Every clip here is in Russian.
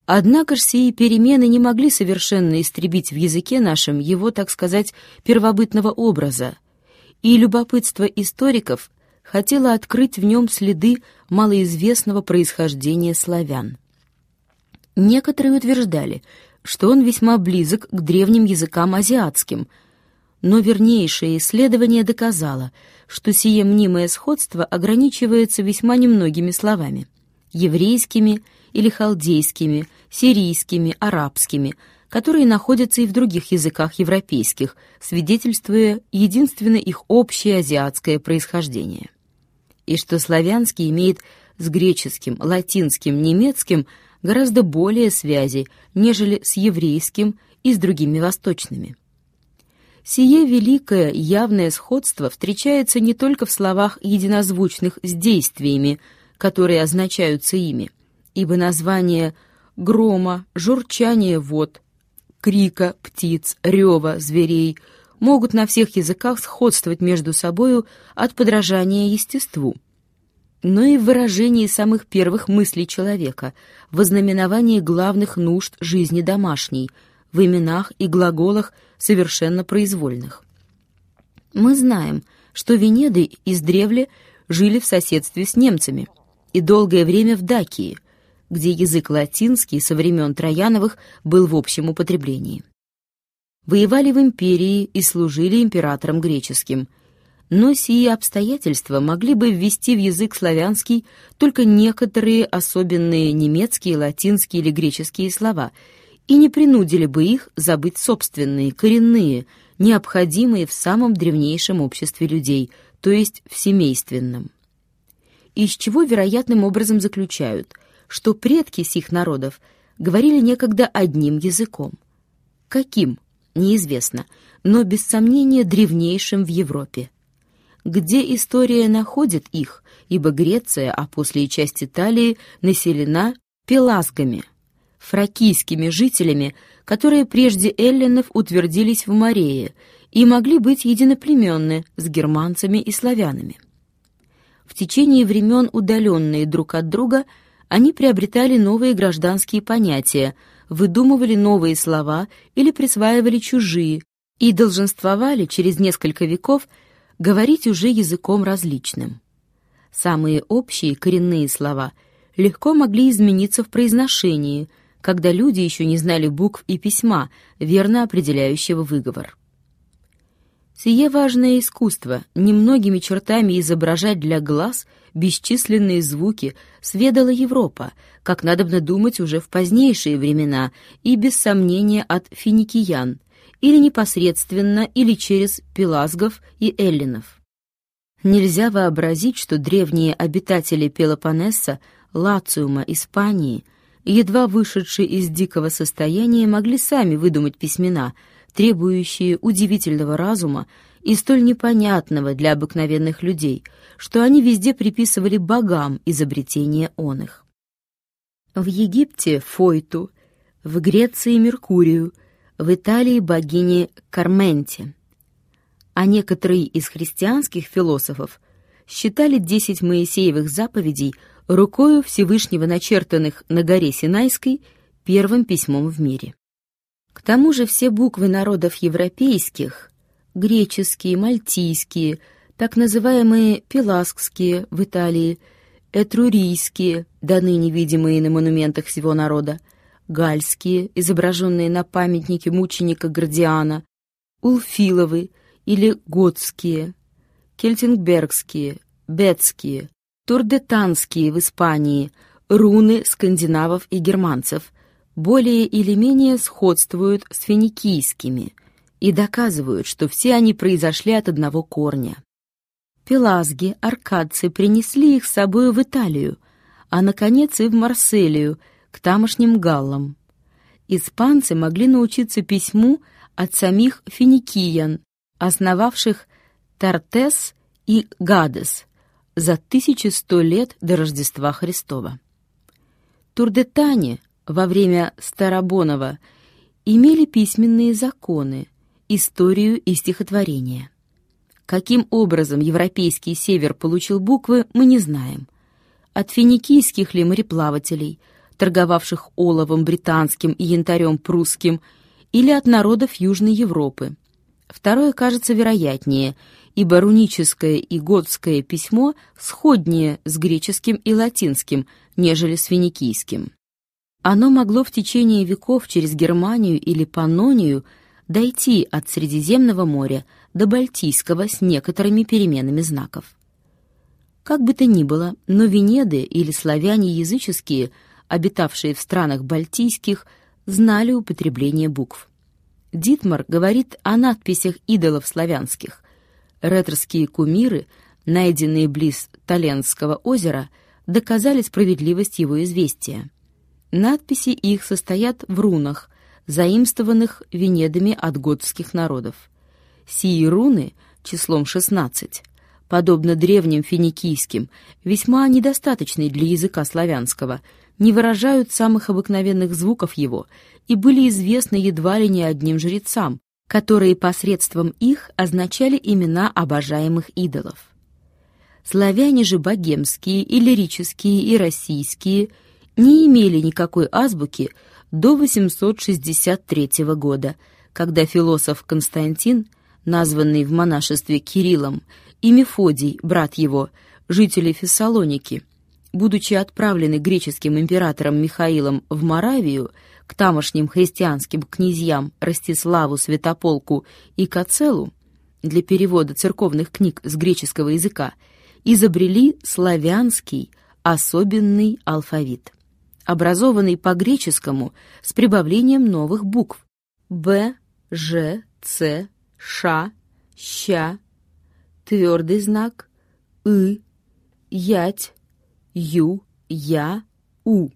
Однако ж сии перемены не могли совершенно истребить в языке нашем его, так сказать, первобытного образа, и любопытство историков хотело открыть в нем следы малоизвестного происхождения славян. Некоторые утверждали, что он весьма близок к древним языкам азиатским, но вернейшее исследование доказало, что сие мнимое сходство ограничивается весьма немногими словами — еврейскими или халдейскими, сирийскими, арабскими, которые находятся и в других языках европейских, свидетельствуя единственно их общее азиатское происхождение. И что славянский имеет с греческим, латинским, немецким гораздо более связи, нежели с еврейским и с другими восточными. Сие великое явное сходство встречается не только в словах единозвучных с действиями, которые означаются ими, ибо названия грома, журчание вод, крика птиц, рева зверей могут на всех языках сходствовать между собою от подражания естеству, но и в выражении самых первых мыслей человека, в ознаменовании главных нужд жизни домашней, в именах и глаголах совершенно произвольных. Мы знаем, что венеды издревле жили в соседстве с немцами и долгое время в Дакии, где язык латинский со времен Трояновых был в общем употреблении. Воевали в империи и служили императорам греческим, но сии обстоятельства могли бы ввести в язык славянский только некоторые особенные немецкие, латинские или греческие слова и не принудили бы их забыть собственные, коренные, необходимые в самом древнейшем обществе людей, то есть в семейственном. Из чего вероятным образом заключают, что предки сих народов говорили некогда одним языком. Каким? Неизвестно, но без сомнения древнейшим в Европе. Где история находит их, ибо Греция, а после и часть Италии, населена пелазгами, фракийскими жителями, которые прежде эллинов утвердились в Морее и могли быть единоплеменны с германцами и славянами. В течение времен, удаленные друг от друга, они приобретали новые гражданские понятия, выдумывали новые слова или присваивали чужие и долженствовали через несколько веков говорить уже языком различным. Самые общие коренные слова легко могли измениться в произношении, когда люди еще не знали букв и письма, верно определяющего выговор. Сие важное искусство немногими чертами изображать для глаз бесчисленные звуки сведала Европа, как надобно думать уже в позднейшие времена и без сомнения от финикиян, или непосредственно, или через пелазгов и эллинов. Нельзя вообразить, что древние обитатели Пелопоннеса, Лациума, Испании, едва вышедшие из дикого состояния, могли сами выдумать письмена, требующие удивительного разума и столь непонятного для обыкновенных людей, что они везде приписывали богам изобретение оных. В Египте — Фойту, в Греции — Меркурию, в Италии — богине Карменте. А некоторые из христианских философов считали 10 Моисеевых заповедей рукою Всевышнего, начертанных на горе Синайской, первым письмом в мире. К тому же все буквы народов европейских — греческие, мальтийские, так называемые пелазгские в Италии, этрурийские, доныне видимые на монументах всего народа, гальские, изображенные на памятнике мученика Гордиана, улфиловы или готские, кельтингбергские, бетские, турдетанские в Испании, руны скандинавов и германцев, более или менее сходствуют с финикийскими и доказывают, что все они произошли от одного корня. Пелазги, аркадцы принесли их с собою в Италию, а, наконец, и в Марселию, к тамошним галлам. Испанцы могли научиться письму от самих финикиян, основавших Тартес и Гадес за 1100 лет до Рождества Христова. Турдетане во время Старобонова имели письменные законы, историю и стихотворение. Каким образом европейский север получил буквы, мы не знаем. От финикийских ли мореплавателей, торговавших оловом британским и янтарем прусским, или от народов Южной Европы. Второе кажется вероятнее, ибо руническое и готское письмо сходнее с греческим и латинским, нежели с финикийским. Оно могло в течение веков через Германию или Паннонию дойти от Средиземного моря до Балтийского с некоторыми переменами знаков. Как бы то ни было, но венеды или славяне языческие, обитавшие в странах балтийских, знали употребление букв. Дитмар говорит о надписях идолов славянских. Реторские кумиры, найденные близ Талентского озера, доказали справедливость его известия. Надписи их состоят в рунах, заимствованных венедами от готских народов. Сии руны числом 16, подобно древним финикийским, весьма недостаточны для языка славянского, не выражают самых обыкновенных звуков его и были известны едва ли не одним жрецам, которые посредством их означали имена обожаемых идолов. Славяне же богемские и лирические и российские не имели никакой азбуки до 863 года, когда философ Константин, названный в монашестве Кириллом, и Мефодий, брат его, жители Фессалоники, будучи отправлены греческим императором Михаилом в Моравию к тамошним христианским князьям Ростиславу, Святополку и Кацелу для перевода церковных книг с греческого языка, изобрели славянский особенный алфавит, образованный по-греческому с прибавлением новых букв Б, Ж, Ц, Ш, Щ, твердый знак И, Ять, Ю, Я, У.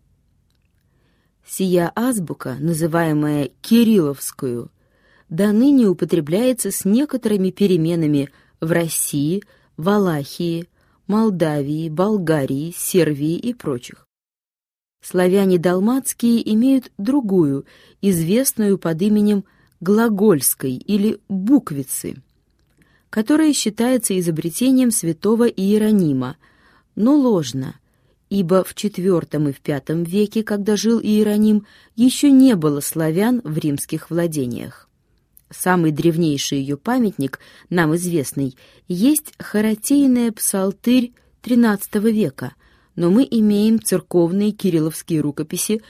Сия азбука, называемая Кирилловскую, до ныне употребляется с некоторыми переменами в России, Валахии, Молдавии, Болгарии, Сербии и прочих. Славяне далматские имеют другую, известную под именем Глагольской или буквицы, которая считается изобретением святого Иеронима, но ложно, ибо в IV и в V веке, когда жил Иероним, еще не было славян в римских владениях. Самый древнейший ее памятник, нам известный, есть Хоратейная псалтырь XIII века, но мы имеем церковные кирилловские рукописи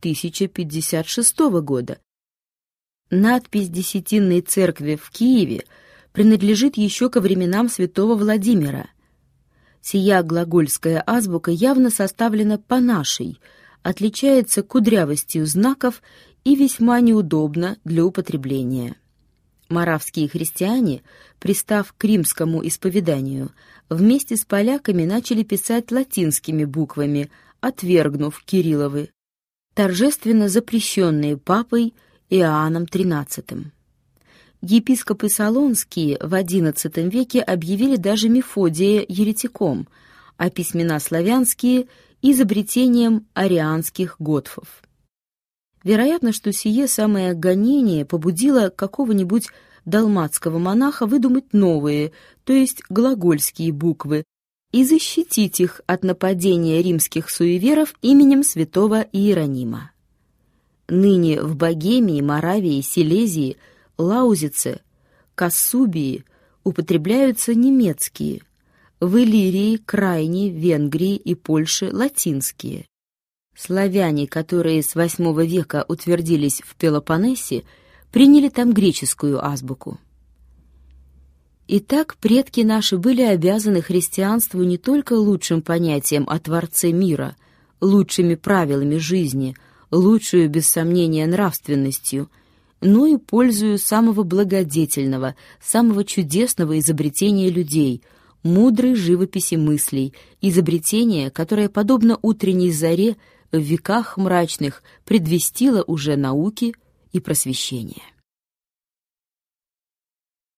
1056 года. Надпись Десятинной церкви в Киеве принадлежит еще ко временам святого Владимира. Сия глагольская азбука явно составлена по нашей, отличается кудрявостью знаков и весьма неудобна для употребления. Моравские христиане, пристав к римскому исповеданию, вместе с поляками начали писать латинскими буквами, отвергнув Кирилловы, торжественно запрещенные папой Иоанном XIII. Епископы Солонские в XI веке объявили даже Мефодия еретиком, а письмена славянские — изобретением арианских готфов. Вероятно, что сие самое гонение побудило какого-нибудь далматского монаха выдумать новые, то есть глагольские буквы, и защитить их от нападения римских суеверов именем святого Иеронима. Ныне в Богемии, Моравии, Силезии, Лаузице, Кассубии употребляются немецкие, в Иллирии, Крайне, Венгрии и Польше латинские. Славяне, которые с VIII века утвердились в Пелопоннесе, приняли там греческую азбуку. Итак, предки наши были обязаны христианству не только лучшим понятием о Творце мира, лучшими правилами жизни, лучшую, без сомнения, нравственностью, но и пользою самого благодетельного, самого чудесного изобретения людей, мудрой живописи мыслей, изобретение, которое, подобно утренней заре, в веках мрачных предвестило уже науки и просвещение.